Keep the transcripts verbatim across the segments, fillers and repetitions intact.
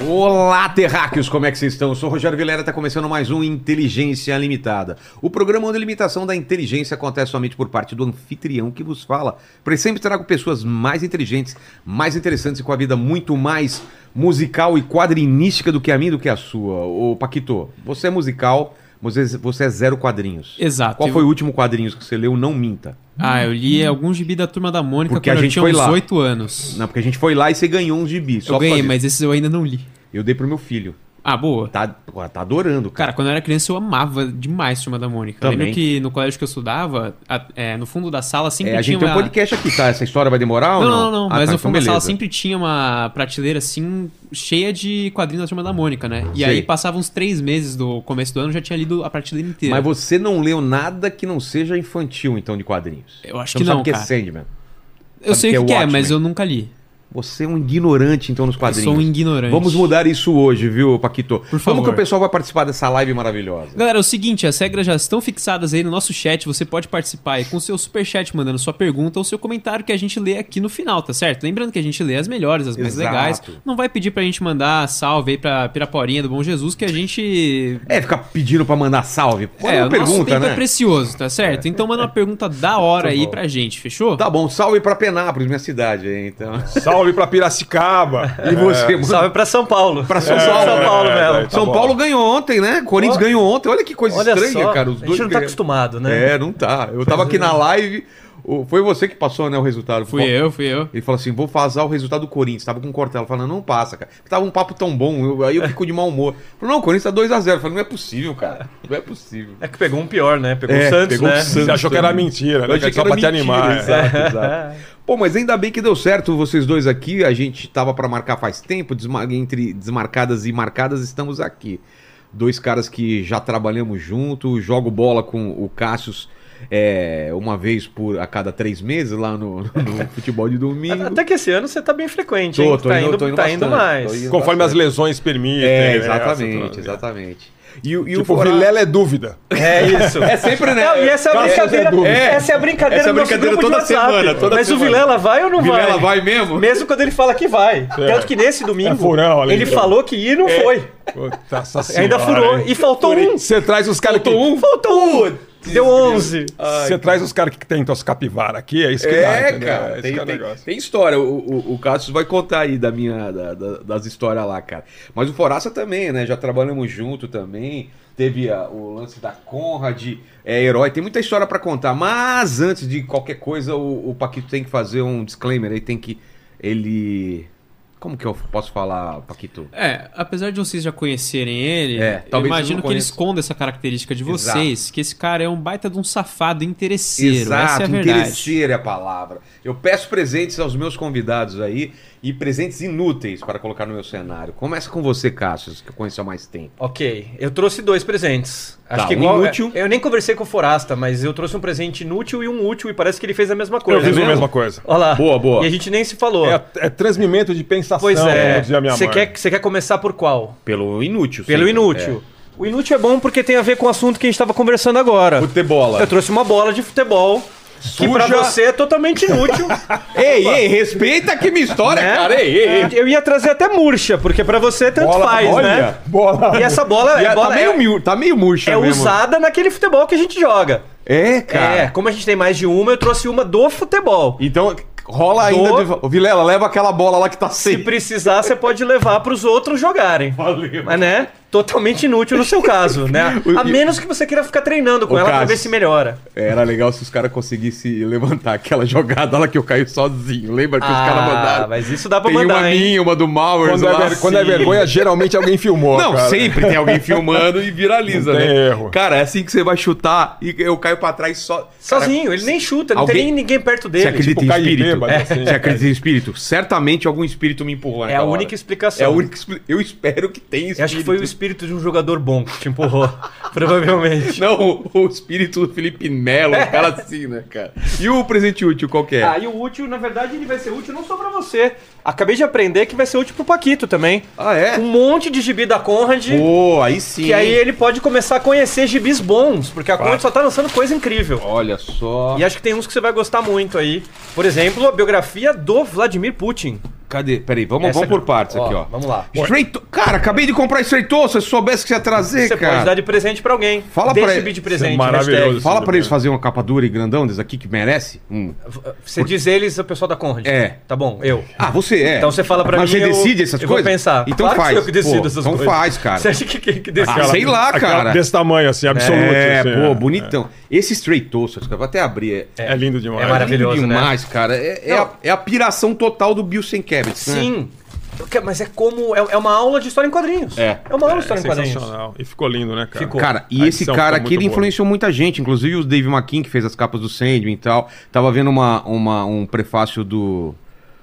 Olá, terráqueos, como é que vocês estão? Eu sou o Rogério Vilera, está começando mais um Inteligência Limitada. O programa onde a limitação da inteligência acontece somente por parte do anfitrião que vos fala. Pois sempre trago pessoas mais inteligentes, mais interessantes e com a vida muito mais musical e quadrinística do que a minha e do que a sua. Ô, Paquito, você é musical, você, você é zero quadrinhos. Exato. Qual foi o último quadrinhos que você leu? Não minta. Ah, eu li alguns gibi da Turma da Mônica porque quando a gente eu tinha foi uns lá. oito anos. Não, porque a gente foi lá e você ganhou uns gibis. Eu ganhei, mas esses eu ainda não li. Eu dei pro meu filho. Ah, boa. Tá, tá adorando, cara. Cara, quando eu era criança eu amava demais Turma da Mônica. Eu lembro que no colégio que eu estudava, a, é, no fundo da sala sempre é, a tinha gente uma... tem um podcast aqui, tá? Essa história vai demorar ou não? Não, não, não. Ah, mas tá, no fundo então da sala beleza. sempre tinha uma prateleira assim, cheia de quadrinhos da Turma da Mônica, né? E Sei. aí passavam uns três meses do começo do ano, eu já tinha lido a prateleira inteira. Mas você não leu nada que não seja infantil, então, de quadrinhos? Eu acho você que não não, sabe o que cara. é Sandman? Eu Sabe sei que o que é é, Watchmen? mas eu nunca li. Você é um ignorante, então, nos quadrinhos. Eu sou um ignorante. Vamos mudar isso hoje, viu, Paquito? Por favor. Como que o pessoal vai participar dessa live maravilhosa? Galera, é o seguinte, as regras já estão fixadas aí no nosso chat, você pode participar aí com o seu superchat, mandando sua pergunta ou seu comentário que a gente lê aqui no final, tá certo? Lembrando que a gente lê as melhores, as mais Exato. legais. Não vai pedir pra gente mandar salve aí pra Piraporinha do Bom Jesus, que a gente... É, ficar pedindo pra mandar salve. Manda é, uma o nosso pergunta, tempo né? é precioso, tá certo? Então manda uma pergunta da hora aí pra gente, fechou? Tá bom, salve pra Penápolis, minha cidade aí, então. Salve pra Piracicaba. E você, mano? Salve pra São Paulo. Pra São É, Paulo. São Paulo, é, Melo. é, tá São bom. Paulo ganhou ontem, né? Corinthians Ó. ganhou ontem. Olha que coisa Olha estranha, só, cara. Os a gente dois não tá ganham. acostumado, né? É, não tá. Eu tava aqui na live, o- foi você que passou, né, o resultado. Fui eu, fui eu. Ele falou assim, vou vazar o resultado do Corinthians. Tava com o Cortella falando, não passa, cara. Porque tava um papo tão bom, eu- aí eu fico de mau humor. Falei, não, o Corinthians tá dois a zero. Eu falei, não é possível, cara. Não é possível. É que pegou um pior, né? Pegou É, o Santos, pegou né? o Santos. Você achou que era também. mentira, Eu né? achei Que era que só pra era te mentira, animar. é. exato, exato. Pô, mas ainda bem que deu certo vocês dois aqui. A gente tava pra marcar faz tempo, desma- entre desmarcadas e marcadas estamos aqui. Dois caras que já trabalhamos junto, jogo bola com o Cássius é, uma vez por a cada três meses lá no, no futebol de domingo. Até que esse ano você tá bem frequente, Tô, hein? tô tá indo- indo, tô indo tá indo bastante, mais. tô indo Conforme bastante. as lesões permitem. É, né? exatamente, Essa- exatamente. E, o- e o Tipo, o Forá- Vilela é dúvida. É isso. É sempre, né? Não, e essa é a Cássio brincadeira, é dúvida. essa é a brincadeira Essa é a do nosso brincadeira grupo de toda WhatsApp. semana, toda Mas semana. o Vilela vai ou não Vilela vai? vai mesmo? Mesmo quando ele fala que vai. Tanto que nesse domingo, É furão, além ele de tudo. falou que ia e não foi. Puta, essa Ainda senhora, furou. hein? E faltou um. Você traz os caras que... Faltou um? Faltou um. Deu onze. Você traz os caras que tentam as capivara aqui, é isso que dá, É, entendeu? cara, Esse tem, que é o tem- negócio. tem história. O, o, o Cássio vai contar aí da minha, da- da- das histórias lá, cara. Mas o Foraça também, né? Já trabalhamos junto também. Teve a- o lance da Conrad, é herói. Tem muita história pra contar. Mas antes de qualquer coisa, o, o Paquito tem que fazer um disclaimer. Ele tem que. Ele. Como que eu posso falar, Paquito? É, apesar de vocês já conhecerem ele, É, eu talvez imagino vocês não que ele conheçam. esconda essa característica de Exato. vocês, que esse cara é um baita de um safado interesseiro, Exato, essa é a verdade. interesseiro é a palavra. Eu peço presentes aos meus convidados aí e presentes inúteis para colocar no meu cenário. Começa com você, Cássio, que eu conheço há mais tempo. Ok, eu trouxe dois presentes. Acho Tá, que um igual. inútil. Eu nem conversei com o Forasta, mas eu trouxe um presente inútil e um útil e parece que ele fez a mesma coisa. Eu fiz a mesmo? mesma coisa. Olha lá. Boa, boa. E a gente nem se falou. É, é transmimento de pensação, Pois como é. dizia minha Você mãe. quer, você quer começar por qual? Pelo inútil. Pelo sempre. inútil. O inútil é bom porque tem a ver com o assunto que a gente estava conversando agora. É. Futebola. Eu trouxe uma bola de futebol. Que pra Suja. você é totalmente inútil. Ei, ei, respeita aqui minha história, né? cara. Ei, ei, ei. Eu ia trazer até murcha, porque pra você tanto Bola, faz, olha, né? bola. E essa bola, E é, a- bola tá, meio, é, miú- tá meio murcha é mesmo. usada naquele futebol que a gente joga. É, cara. É, como a gente tem mais de uma, eu trouxe uma do futebol. Então, rola ainda... Do- De... Ô, Vilela, leva aquela bola lá que tá Se sem. precisar, você pode levar pros outros jogarem. Valeu. Mas, né? Totalmente inútil no seu caso, né? O- A menos que você queira ficar treinando com Ô, ela pra Cássio. ver se melhora. Era legal se os caras conseguissem levantar aquela jogada lá que eu caí sozinho. Lembra que os Ah, caras mandaram? mas isso dá pra Tem mandar, uma hein? minha, uma do Mowers Quando, é, lá. ver- quando é Sim. vergonha, geralmente alguém filmou. Não, cara. sempre tem alguém filmando e viraliza, Não tem né? erro. Cara, é assim que você vai chutar e eu caio pra trás só... Sozinho, ele nem chuta, não alguém- tem nem ninguém perto Você dele. acredita tipo, em cai espírito? bêbado, É. assim. Você acredita em espírito? Certamente algum espírito me empurrou É a naquela única hora. explicação. É a única expli- Eu espero que tenha espírito. Eu acho que foi o espírito de um jogador bom que te empurrou. Provavelmente. Não, o, o espírito do Felipe Melo, um cara assim, né, cara? E o presente útil, qual que é? Ah, e o útil, na verdade, ele vai ser útil não só pra você. Acabei de aprender que vai ser útil pro Paquito também. Ah, é? Um monte de gibi da Conrad. Pô, aí sim. Que aí ele pode começar a conhecer gibis bons, porque a Conrad só tá lançando coisa incrível. Olha só. E acho que tem uns que você vai gostar muito aí. Por exemplo, a biografia do Vladimir Putin. Cadê? Peraí, vamos, Essa vamos por aqui. partes Ó, aqui, ó. vamos lá. Straight to... Cara, acabei de comprar Straight Toast. Se eu soubesse que você ia trazer, Você cara. pode dar de presente pra alguém. Fala Deixa pra o ele. de presente. Isso é maravilhoso. hashtag. Fala Tudo pra eles bem. fazerem uma capa dura e grandão desse aqui que merece. Hum. Você diz eles, o pessoal da Conrad. É. Tá bom, eu. Ah, você é. Então você fala pra Mas mim, você eu- decide essas eu vou coisas? pensar. Então Claro que faz. sou eu que decido Pô, essas então coisas. faz, cara. Você acha que quem que decide? Ah, sei lá, Aquela cara. Desse tamanho, assim, absoluto. É, assim, pô, bonitão. Esse Straight Toast, eu vou até abrir. É, É lindo demais. É maravilhoso. lindo né? demais, cara. É, é, Não. a, é a piração total do Bill Sienkiewicz, né? Sim. Porque- Mas é como. É, é uma aula de história em quadrinhos. É. É uma aula de É história em quadrinhos. sensacional. E ficou lindo, né, cara? Ficou. Cara, e A esse edição cara ficou aqui, ele muito boa. influenciou muita gente, inclusive o Dave McKean, que fez as capas do Sandman e tal. Tava vendo uma, uma, um prefácio do,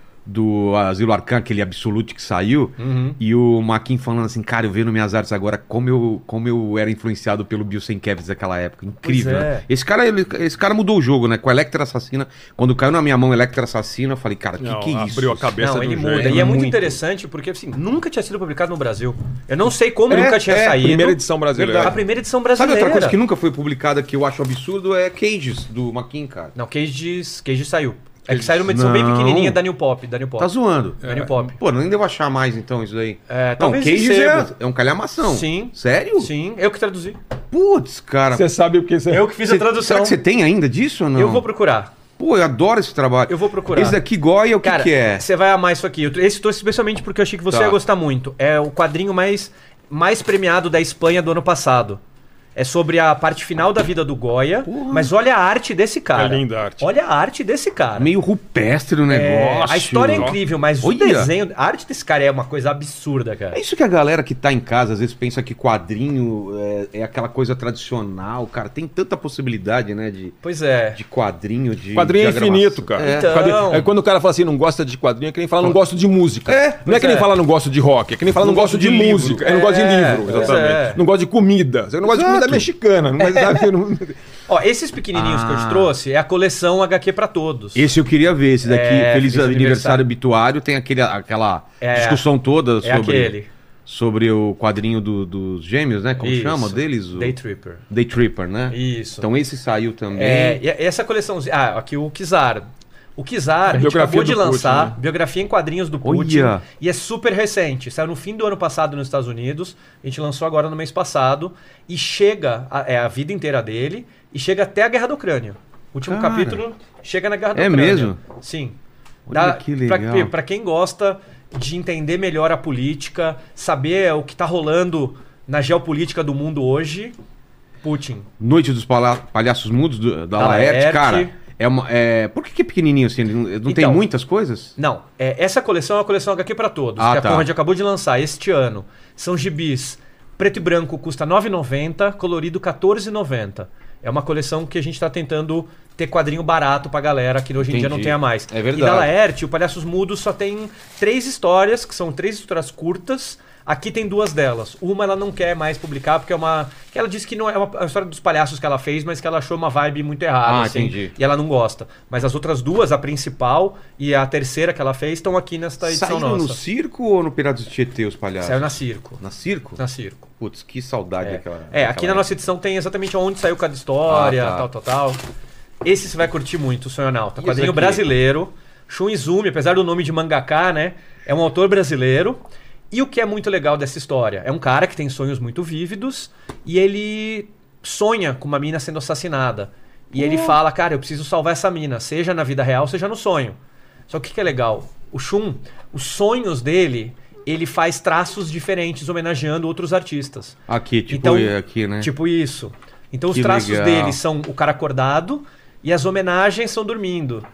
do Asilo Arcan, aquele Absolute que saiu, Uhum. e o McKean falando assim, cara, eu vendo minhas artes agora, como eu, como eu era influenciado pelo Bill Sienkiewicz daquela época. Incrível, Pois é. né? Esse cara, ele- esse cara mudou o jogo, né? Com a Electra Assassina. Quando caiu na minha mão Electra Assassina, eu falei, cara, que Não, que é isso? abriu a cabeça Não, do ele jeito. muda. E é muito, Muito. interessante porque, assim, nunca tinha sido publicado no Brasil. Eu não sei como É, nunca tinha é, saído. Primeira edição brasileira. A primeira edição Sabe brasileira. outra coisa que nunca foi publicada que eu acho absurdo? É Cages, do McKean, cara. Não, Cages, Cages saiu. É que saiu numa edição bem Não. pequenininha da New Pop. Da New Pop. Tá zoando. Da New Pop. Pô, nem devo achar mais então isso daí. É, Não, talvez Cages sebo. é, é um calhamação. Sim. Sério? Sim, eu que traduzi. Putz, cara. Você sabe o que você... Eu que fiz Cê- a tradução. Será que você tem ainda disso ou não? Eu vou procurar. Pô, eu adoro esse trabalho. Eu vou procurar. Esse daqui, Goya, o que, Cara, que é? você vai amar isso aqui. Eu- Esse trouxe especialmente porque eu achei que você Tá. ia gostar muito. É o quadrinho mais, mais premiado da Espanha do ano passado. É sobre a parte final da vida do Goya. Porra. Mas olha a arte desse cara. É linda a arte. Olha a arte desse cara. Meio rupestre o É, negócio. a história é incrível, mas Olha. o desenho, a arte desse cara é uma coisa absurda, cara. É isso que a galera que tá em casa às vezes pensa que quadrinho é, é aquela coisa tradicional, cara. Tem tanta possibilidade, né, de, Pois é. de quadrinho, de Quadrinho é diagramação. infinito, cara. É. Então- Quadrinho- É quando o cara fala assim, não gosta de quadrinho, é que nem fala não gosto de música. É, não é pois que nem é. fala não gosto de rock, é que nem fala não, gosto de, livro. música. É, não gosto de É, livro, pois exatamente. é. Não gosto de comida. Você não gosta de Exato. comida mexicana. Não, mas, sabe, não... Ó, esses pequenininhos que eu te Ah. trouxe é a coleção H Q pra todos. Esse eu queria ver, esse daqui, É, Feliz Feliz Aniversário Aniversário. Obituário, tem aquele, aquela É, discussão toda é sobre, aquele. sobre o quadrinho do- dos gêmeos, né? Como Isso. chama deles? O Day Tripper. Day Tripper, né? Isso. Então esse saiu também. É, e essa coleção. Ah, aqui o Kizar. O Kizar, a, gente biografia acabou de do Putin, lançar, né? biografia em quadrinhos do Putin. Olha! E é super recente. Saiu no fim do ano passado nos Estados Unidos. A gente lançou agora no mês passado. E chega, a, é a vida inteira dele, e chega até a Guerra da Ucrânia. O último Cara. capítulo chega na Guerra da É Ucrânia. mesmo? Sim. Olha que legal. Pra, pra quem gosta de entender melhor a política, saber o que tá rolando na geopolítica do mundo hoje, Putin. Noite dos Pala- Palhaços Mudos, do- da Da Laerte, Laerte. cara. É uma, é... Por que, que é pequenininho assim? Ele não, ele não tem Então, muitas coisas? Não, é, essa coleção é uma coleção H Q pra todos, Ah, que a tá. Conrad acabou de lançar este ano. São gibis preto e branco, custa nove reais e noventa centavos, colorido quatorze reais e noventa centavos. É uma coleção que a gente tá tentando ter quadrinho barato pra galera, que hoje em dia não Entendi. tenha mais. É verdade. E da Laerte, o Palhaços Mudos só tem três histórias, que são três histórias curtas. Aqui tem duas delas. Uma ela não quer mais publicar, porque é uma... que ela disse que não é uma, é uma história dos palhaços que ela fez, mas que ela achou uma vibe muito errada. Ah, assim, entendi. E ela não gosta. Mas as outras duas, a principal e a terceira que ela fez, estão aqui nesta edição Saíram no nossa. circo ou no Piratas do Tietê, os palhaços? Saiu na Circo. Na circo? Na Circo. Putz, que saudade É, daquela. é aqui daquela na nossa edição tem exatamente onde saiu cada história, Ah, tá. tal, tal, tal. Esse você vai curtir muito, o Sonhonauta. E Quadrinho esse aqui? brasileiro. Shun Izumi, apesar do nome de mangaka, né? É um autor brasileiro. E o que é muito legal dessa história? É um cara que tem sonhos muito vívidos e ele sonha com uma mina sendo assassinada. E ele fala, cara, eu preciso salvar essa mina, seja na vida real, seja no sonho. Só que o que é legal? O Shun, os sonhos dele, ele faz traços diferentes homenageando outros artistas. Aqui, tipo Então, aqui, né? Tipo isso. Então os Que traços legal. dele são o cara acordado e as homenagens são dormindo.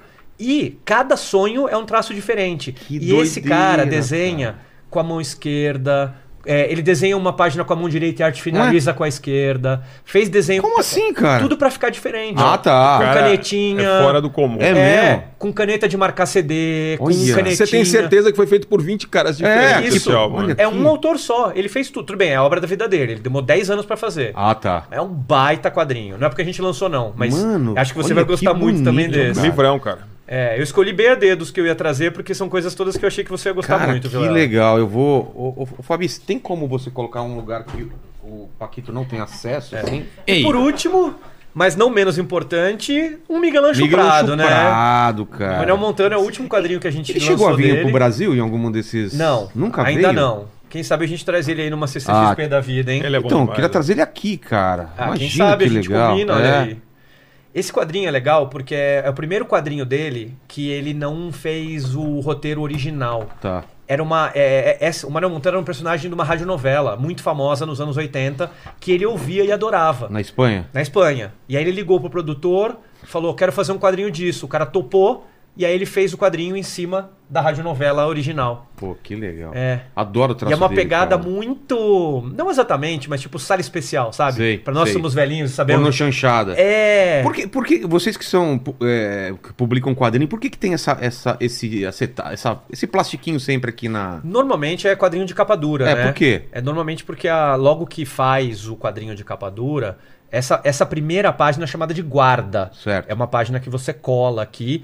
E cada sonho é um traço diferente. Que e esse doideira, cara desenha com a mão esquerda. é, ele desenha uma página com a mão direita e a arte finaliza com a esquerda. Fez desenho. Como assim, cara? Tudo pra ficar diferente. Ah, tá. Com Cara, canetinha. É fora do comum. É mesmo? Com caneta de marcar C D, com Olha. canetinha. Você tem certeza que foi feito por vinte caras diferentes, isso. esse álbum, Olha. né? É um autor só. Ele fez tudo. Tudo bem, é a obra da vida dele. Ele demorou dez anos pra fazer. Ah, tá. É um baita quadrinho. Não é porque a gente lançou, não. Mas Mano, acho que você olha vai gostar que muito também bonito, desse. cara. Livrão, cara. É, eu escolhi bem a dedos que eu ia trazer, porque são coisas todas que eu achei que você ia gostar Cara, muito, que Vilela. legal. Eu vou... Ô, ô, ô, Fabi, tem como você colocar um lugar que o Paquito não tem acesso, assim? E Ei, por último, Mas não menos importante, um Miguel Ancho Miguel Prado, Ancho né? Prado, O cara. Manuel Montano é o último quadrinho que a gente Ele lançou chegou a vir dele. pro Brasil em algum desses... Não, Nunca ainda veio? não. Quem sabe a gente traz ele aí numa C C X P Ah, da vida, hein? Ele é bom Então, demais, queria né? trazer ele aqui, cara. Ah, Imagina quem sabe que a gente legal. combina, olha É. aí. Esse quadrinho é legal porque é, é o primeiro quadrinho dele que ele não fez o roteiro original. Tá. Era uma. É, é, é, o Manuel Montano era um personagem de uma radionovela muito famosa nos anos oitenta que ele ouvia e adorava. Na Espanha? Na Espanha. E aí ele ligou pro produtor, falou: quero fazer um quadrinho disso. O cara topou, e aí ele fez o quadrinho em cima da radionovela original. Pô, que legal. É. Adoro o traço E é uma dele, pegada cara. muito. Não exatamente, mas tipo sala especial, sabe? Sei, Pra nós sei. somos velhinhos e Porno sabemos. chanchada. É. Por que, por que vocês que são é, que publicam quadrinho, por que, que tem essa, essa, esse, aceta, essa, esse plastiquinho sempre aqui na... Normalmente é quadrinho de capa dura, É, né? por quê? É normalmente porque a, logo que faz o quadrinho de capa dura, essa, essa primeira página é chamada de guarda. Certo. É uma página que você cola aqui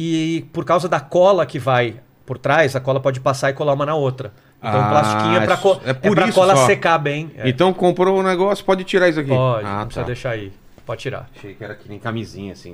e por causa da cola que vai por trás, a cola pode passar e colar uma na outra. Então Ah, o plastiquinho é pra, co é é por pra isso cola só. secar bem. É. Então comprou o negócio, pode tirar isso aqui. Pode, Ah, não precisa tá. deixar aí. Pode tirar. Achei que era que nem camisinha, assim.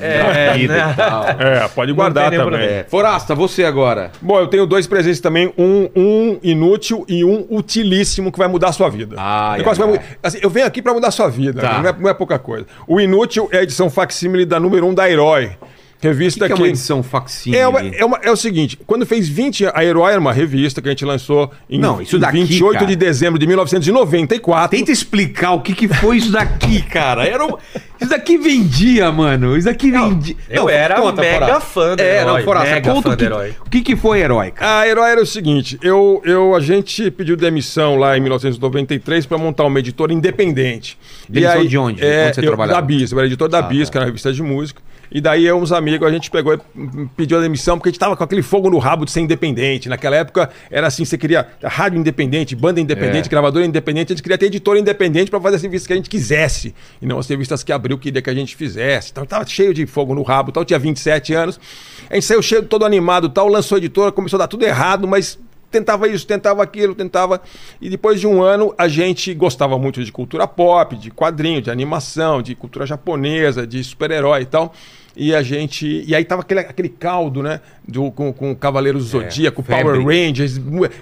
É, vida né? e tal. É, pode Não guardar tem nenhum também. problema. É. Forasta, você agora. Bom, eu tenho dois presentes também, um, um inútil e um utilíssimo que vai mudar a sua vida. Ai, Negócio ai, vai ai. mu- assim, eu venho aqui pra mudar a sua vida, Tá. não, é, não é pouca coisa. O inútil é a edição facsímile da número um da Herói. O Revista que, que é que... uma edição facsímile? É, uma- é, uma- é o seguinte, quando fez vinte, a Herói era uma revista que a gente lançou em, Não, isso em daqui, vinte e oito cara. de dezembro de mil novecentos e noventa e quatro. Tenta explicar o que, que foi isso daqui, cara. Era um... Isso daqui vendia, mano. Isso daqui vendia. eu era mega Forasta. fã do É, Herói, não, Forasta, mega conta fã o do que, Herói. o que, que foi Herói, cara. A Herói era o seguinte, eu, eu, a gente pediu demissão lá em mil novecentos e noventa e três para montar uma editora independente. Demissão de onde? É, Onde você eu, trabalhava? Da Bis, eu era editor da Ah, Bis, tá. que era uma revista de música. E daí eu e uns amigos, a gente pegou e hum, pediu a demissão, porque a gente tava com aquele fogo no rabo de ser independente. Naquela época era assim, você queria rádio independente, banda independente, É. gravadora independente, a gente queria ter editora independente para fazer as revistas que a gente quisesse. E não as revistas que Abril queria que a gente fizesse. Então tava cheio de fogo no rabo, tal, tinha vinte e sete anos. A gente saiu cheio, todo animado, tal, lançou a editora, começou a dar tudo errado, mas tentava isso, tentava aquilo, tentava. E depois de um ano, a gente gostava muito de cultura pop, de quadrinho, de animação, de cultura japonesa, de super-herói e tal. E a gente. E aí tava aquele, aquele caldo, né? Do, com, com Cavaleiros do Zodíaco, febre. Power Rangers,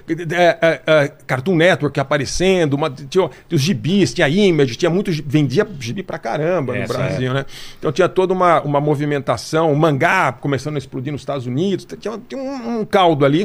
é, é, é, Cartoon Network aparecendo, uma, tinha os gibis, tinha Image, tinha muito. gi- Vendia gibi pra caramba no Essa Brasil, né? Então tinha toda uma, uma movimentação, o mangá começando a explodir nos Estados Unidos, tinha, tinha um, um caldo ali.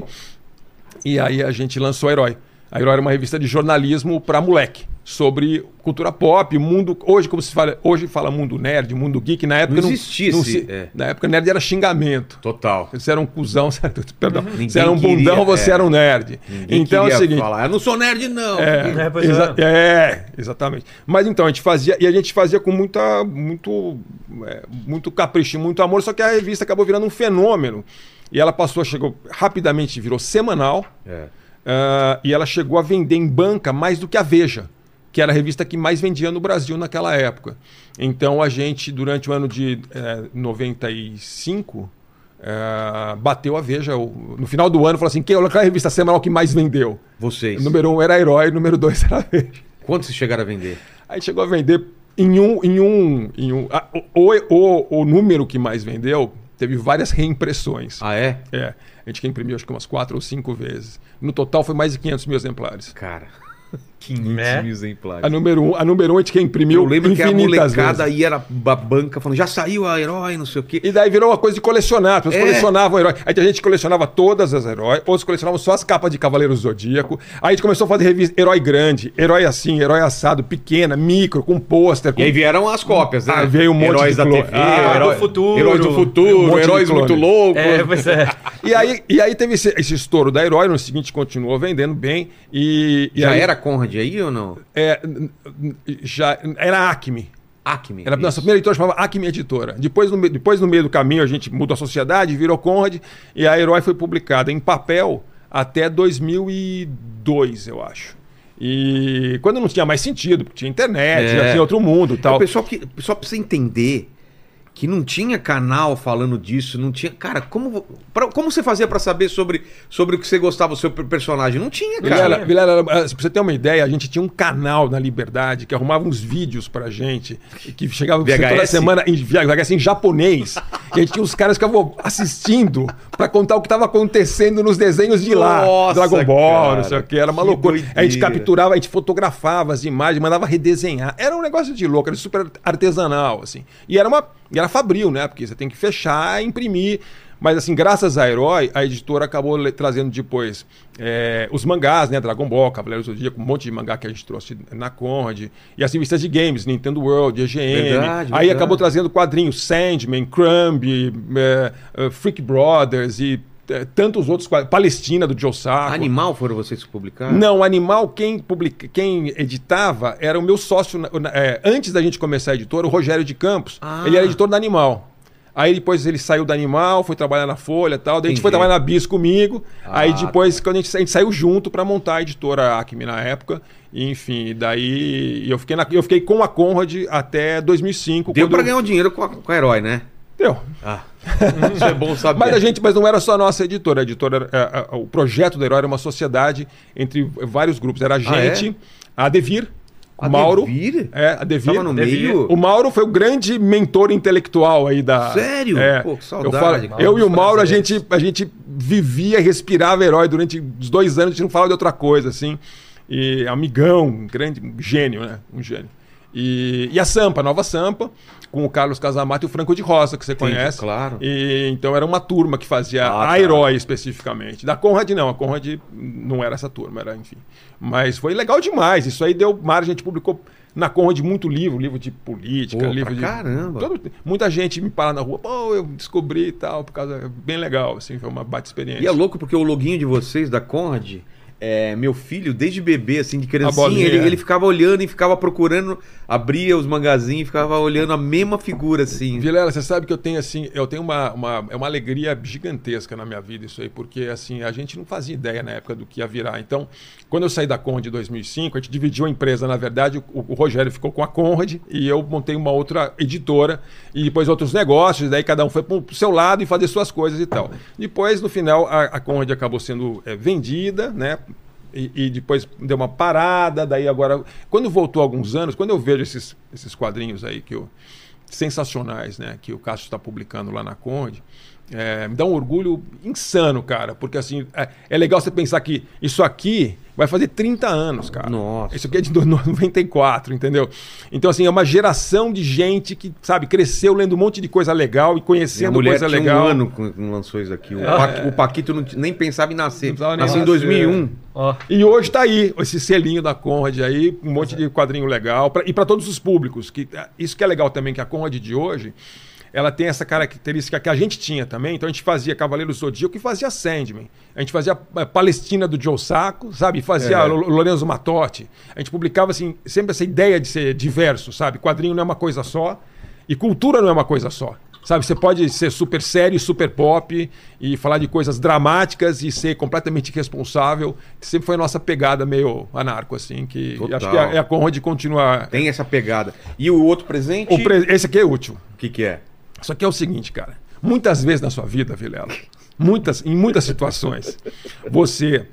E aí a gente lançou a Herói. A Herói era uma revista de jornalismo para moleque, sobre cultura pop, mundo. Hoje, como se fala, hoje fala mundo nerd, mundo geek. Na época Não existia não esse- se- é. Na época, nerd era xingamento. Total. Você era um cuzão, perdão. Ninguém Você era um bundão, queria, você é. era um nerd. Ninguém Então é o queria seguinte. falar, eu não sou nerd, não. É, pois Exa- é. é, exatamente. Mas então, a gente fazia, e a gente fazia com muita, muito, é, muito capricho, muito amor, só que a revista acabou virando um fenômeno. E ela passou, chegou rapidamente, virou semanal, É. ah, e ela chegou a vender em banca mais do que a Veja, que era a revista que mais vendia no Brasil naquela época. Então a gente, durante o ano de eh, noventa e cinco, eh, bateu a Veja. o- No final do ano, falou assim, quem é a revista semanal que mais vendeu? Vocês. Número um era Herói, número dois era a Veja. Quanto vocês chegaram a vender? Aí chegou a vender em um. Em um, em um a- o, o, o número que mais vendeu teve várias reimpressões. Ah, é? É, a gente que imprimiu acho que umas quatro ou cinco vezes. No total foi mais de quinhentos mil exemplares. Cara, quinhentos Né? mil exemplares. A número um, a número um a gente que imprimiu Eu lembro que a infinitas molecada vezes. aí era a banca falando, já saiu a Herói, não sei o quê. E daí virou uma coisa de colecionar. As pessoas É. colecionavam herói. Aí tinha gente que colecionava todas as heróis, outros colecionavam só as capas de Cavaleiros do Zodíaco. Aí a gente começou a fazer revista herói grande, herói assim, herói assado, pequena, micro, com pôster. Com... E aí vieram as cópias, né? Ah, veio um monte Heróis de da clone. T V, Ah, herói do futuro. Heróis do Um futuro, monte de heróis clone. muito loucos. É, pois é. E aí, e aí teve esse, esse estouro da Herói, no seguinte continuou vendendo bem. E, e Já aí, era Conrad aí ou não? É, n- n- já, era Acme. Acme. Era, nossa isso. primeira editora chamava Acme Editora. Depois no, me- depois, no meio do caminho, a gente mudou a sociedade, virou Conrad, e a Herói foi publicada em papel até dois mil e dois, eu acho. E quando não tinha mais sentido, porque tinha internet, É. já tinha outro mundo e O tal. pessoal que, só pra você entender, que não tinha canal falando disso, não tinha... Cara, como, pra, como você fazia pra saber sobre, sobre o que você gostava do seu personagem? Não tinha, cara. Vilela, Vilela, pra você ter uma ideia, a gente tinha um canal na Liberdade que arrumava uns vídeos pra gente, que chegava V H S? toda semana em V H S em japonês. E a gente tinha uns caras que ficavam assistindo pra contar o que estava acontecendo nos desenhos de lá. Nossa, Dragon Ball, cara, não sei o que, era uma que loucura. doideira. A gente capturava, a gente fotografava as imagens, mandava redesenhar. Era um negócio de louco, era super artesanal, assim. E era uma... E era fabril, né? Porque você tem que fechar e imprimir. Mas, assim, graças a Herói, a editora acabou le- trazendo depois é, os mangás, né? Dragon Ball, Cavaleiros do Zodíaco, um monte de mangá que a gente trouxe na Conrad. E as revistas de games, Nintendo World, E G M. Verdade, Aí verdade. acabou trazendo quadrinhos, Sandman, Crumb, é, é, Freak Brothers e é, tantos outros quadrinhos. Palestina, do Joe Sacco. Animal foram vocês que publicaram? Não, Animal, quem, publica, quem editava era o meu sócio, na- na- é, antes da gente começar a editora, o Rogério de Campos. Ah. Ele era editor da Animal. Aí depois ele saiu da Animal, foi trabalhar na Folha e tal. Daí a gente Entendi. foi trabalhar na Bis comigo. Ah, aí depois, quando a gente, a gente saiu junto para montar a editora Acme na época. E, enfim, daí eu fiquei, na- eu fiquei com a Conrad até dois mil e cinco. Deu quando pra eu- ganhar um dinheiro com a, com a Herói, né? Deu. Ah, isso é bom saber. Mas a gente, mas não era só a nossa editora. A editora, era- a- a- o projeto da Herói era uma sociedade entre vários grupos. Era a gente, a Devir, A o Mauro. Devir? É, a Devir. Tava no Devir. meio? O Mauro foi o grande mentor intelectual aí da. Sério? É. Pô, que Eu, saudade. falo- Mauro eu e o dos Mauro, a prazeres. gente, a gente vivia e respirava Herói durante os dois anos, a gente não falava de outra coisa, assim. E amigão, um grande um gênio, né? Um gênio. E, e a Sampa, a nova Sampa, com o Carlos Casamato e o Franco de Rosa, que você Entendi, conhece. claro. E, então era uma turma que fazia Ah, a tá. Herói especificamente. Da Conrad não, a Conrad não era essa turma, era, enfim. Mas foi legal demais. Isso aí deu margem, a gente publicou na Conrad muito livro, livro de política, Pô, livro pra de. caramba. todo- muita gente me para na rua, pô, eu descobri e tal, por causa. Bem legal, assim, foi uma baita experiência. E é louco porque o loginho de vocês, da Conrad, é, meu filho, desde bebê, assim, de criancinha, bolinha, ele, é. ele ficava olhando e ficava procurando, abria os magazinhos e ficava olhando a mesma figura, assim. Vilela, você sabe que eu tenho assim, eu tenho uma, uma, é uma alegria gigantesca na minha vida isso aí, porque assim, a gente não fazia ideia na época do que ia virar. Então, quando eu saí da Conrad em dois mil e cinco, a gente dividiu a empresa, na verdade, o, o Rogério ficou com a Conrad e eu montei uma outra editora e depois outros negócios, daí cada um foi para o seu lado e fazer suas coisas e tal. Depois, no final, a, a Conrad acabou sendo é, vendida, né? E, e depois deu uma parada, daí agora... Quando voltou alguns anos, quando eu vejo esses, esses quadrinhos aí que eu, sensacionais, né? Que o Cássio está publicando lá na Conde, é, me dá um orgulho insano, cara. Porque assim, é, é legal você pensar que isso aqui vai fazer trinta anos, cara. Nossa. Isso aqui é de noventa e quatro, entendeu? Então, assim, é uma geração de gente que, sabe, cresceu lendo um monte de coisa legal e Minha conhecendo mulher coisa tinha legal. um ano quando lançou isso aqui. O, Pa- o Paquito não t- nem pensava em nascer. Não precisava nem Nasceu em nascer. dois mil e um. Ó, E hoje tá aí, esse selinho da Conrad aí, um monte de quadrinho legal, pra, e para todos os públicos. Que, isso que é legal também, que a Conrad de hoje, ela tem essa característica que a gente tinha também. Então a gente fazia Cavaleiros do Zodíaco e fazia Sandman. A gente fazia a Palestina do Joe Sacco, sabe? Fazia É. Lo- Lorenzo Matotti. A gente publicava assim, sempre essa ideia de ser diverso, sabe? Quadrinho não é uma coisa só e cultura não é uma coisa só. Sabe, você pode ser super sério, super pop e falar de coisas dramáticas e ser completamente irresponsável. Que sempre foi a nossa pegada meio anarco, assim, que Total. acho que é a Conrad continua. Tem essa pegada. E o outro presente? O pre- Esse aqui é útil. O que, que é? Só que é o seguinte, cara. Muitas vezes na sua vida, Vilela, muitas, em muitas situações, você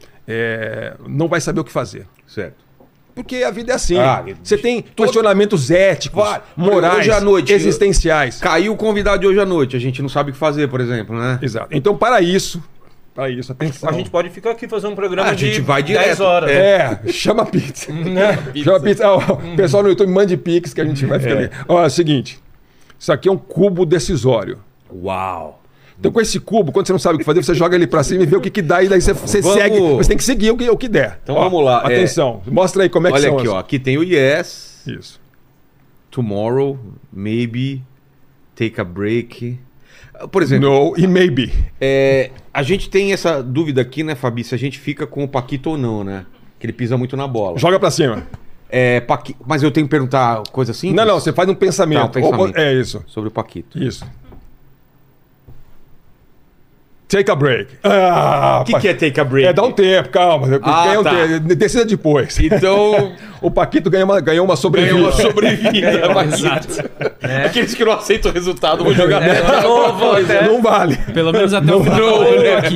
é, não vai saber o que fazer. Certo. Porque a vida é assim. Ah, você tem questionamentos éticos, Vai. morais, Hoje à noite, existenciais. Caiu o convidado de hoje à noite. A gente não sabe o que fazer, por exemplo, né? Exato. Então, para isso, para isso, atenção. a gente pode ficar aqui fazer um programa Ah, a de gente vai dez direto. horas. É, chama a pizza. Chama a pizza. Ó, pessoal no YouTube, mande pix que a gente vai ficar ali. Ó, é o seguinte. Isso aqui é um cubo decisório. Uau. Então, com esse cubo, quando você não sabe o que fazer, você joga ele pra cima e vê o que, que dá, e daí você, você Vamos- segue. Você tem que seguir o que, o que der. Então Ó, vamos lá, é- Atenção. Mostra aí como é que Olha são aqui, as- ó. Aqui tem o yes, Isso. tomorrow, maybe, take a break. Por exemplo, No e maybe. é, a gente tem essa dúvida aqui, né, Fabi, se a gente fica com o Paquito ou não, né? Que ele pisa muito na bola. Joga pra cima. É, Paqui... Mas eu tenho que perguntar coisa assim? Não, não, você faz um pensamento. Tá, um pensamento. Ou- é isso. Sobre o Paquito. Isso. Take a break. Ah, O que, que é take a break? É, dá um tempo, calma. Ah, ganha um tá. tempo, decida depois. Então, O Paquito ganhou uma, ganhou uma sobrevida. ganhou uma sobrevida. Exato. É. Aqueles que não aceitam o resultado, vou jogar É, dentro. de novo, até, Não vale. Pelo menos até o final não, eu tô né? aqui.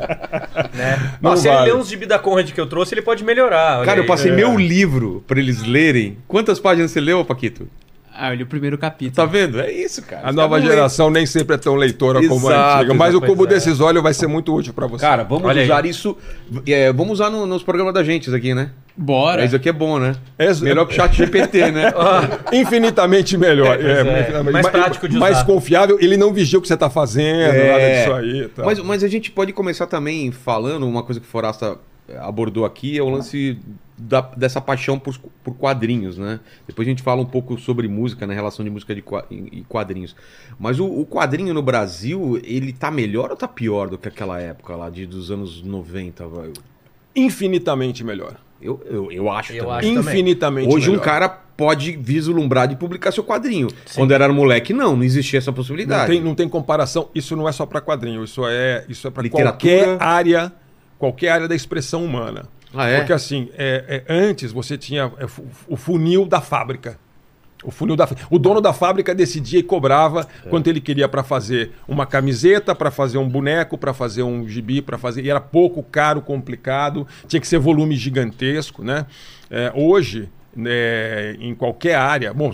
né? Não Ó, se vale. ele ler uns gibi da Conrad que eu trouxe, ele pode melhorar. olha Cara, eu aí. passei É. meu livro pra eles lerem. Quantas páginas você leu, Paquito? Ah, eu li o primeiro capítulo. Tá vendo? É isso, cara. A Os nova caras não geração nem sempre é tão leitora como a Exato, antiga. Mas o exato. cubo Pois é. decisório vai ser muito útil pra você. Cara, vamos Olha aí. usar isso. é, vamos usar no- nos programas da gente aqui, né? Bora. Isso aqui é bom, né? É- Melhor que o chat G P T, né? Infinitamente melhor. É, pois é. infinitamente- Mais prático de Mais usar. confiável. Ele não vigia o que você tá fazendo, É. nada disso aí. e tal. Mas, mas a gente pode começar também falando uma coisa que o Forasta abordou aqui, é o lance da- dessa paixão por, por quadrinhos, né? Depois a gente fala um pouco sobre música, na relação de música de qua- e quadrinhos. Mas o, o quadrinho no Brasil, ele tá melhor ou tá pior do que aquela época lá, de, dos anos noventa? Vai? Infinitamente melhor. Eu, eu, eu acho Eu também. acho também. Infinitamente Hoje um melhor. cara pode vislumbrar de publicar seu quadrinho. Quando era moleque, não, não existia essa Não possibilidade. tem, não tem comparação. Isso não é só para quadrinho. Isso é, isso é para Literatura. qualquer área, qualquer área da expressão humana. Ah, é? Porque assim, é, é, antes você tinha é, fu- o funil da fábrica. O funil da O dono da fábrica decidia e cobrava É. quanto ele queria para fazer uma camiseta, para fazer um boneco, para fazer um gibi, para fazer. E era pouco, caro, complicado. Tinha que ser volume gigantesco, né? É, hoje, né, em qualquer área. Bom,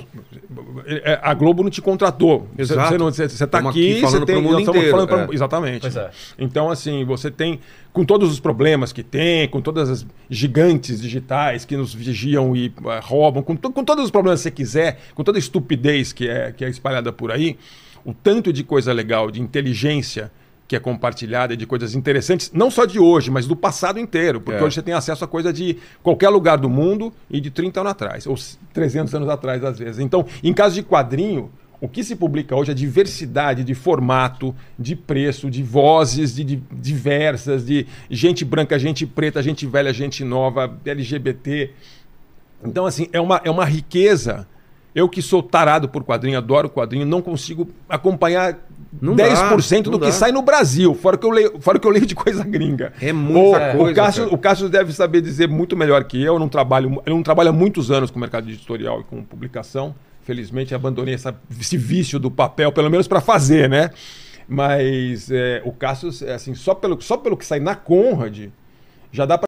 é, a Globo não te contratou. Você- Exato. Você não- você está Estamos aqui, aqui falando você tem. pro mundo nós estamos inteiro, falando pra- é. Exatamente. Pois é. Então, assim, você tem, com todos os problemas que tem, com todas as gigantes digitais que nos vigiam e eh, roubam, com, to- com todos os problemas que você quiser, com toda a estupidez que é, que é espalhada por aí, o tanto de coisa legal, de inteligência que é compartilhada, de coisas interessantes, não só de hoje, mas do passado inteiro, porque É. hoje você tem acesso a coisa de qualquer lugar do mundo e de trinta anos atrás, ou trezentos anos atrás, às vezes. Então, em caso de quadrinho, o que se publica hoje é diversidade de formato, de preço, de vozes de, de- diversas, de gente branca, gente preta, gente velha, gente nova, L G B T. Então, assim, é uma, é uma riqueza. Eu que sou tarado por quadrinho, adoro quadrinho, não consigo acompanhar Não dez dá, por cento não do que dá. sai no Brasil, fora que eu leio, fora que eu leio de coisa gringa. É muita o, coisa, O Cássio, cara. o Cássio deve saber dizer muito melhor que eu. Eu não trabalho, eu não trabalho há muitos anos com o mercado editorial e com publicação. Felizmente abandonei essa, esse vício do papel, pelo menos para fazer, né? Mas é, o Cássio, é, assim, só pelo, só pelo que sai na Conrad, já dá para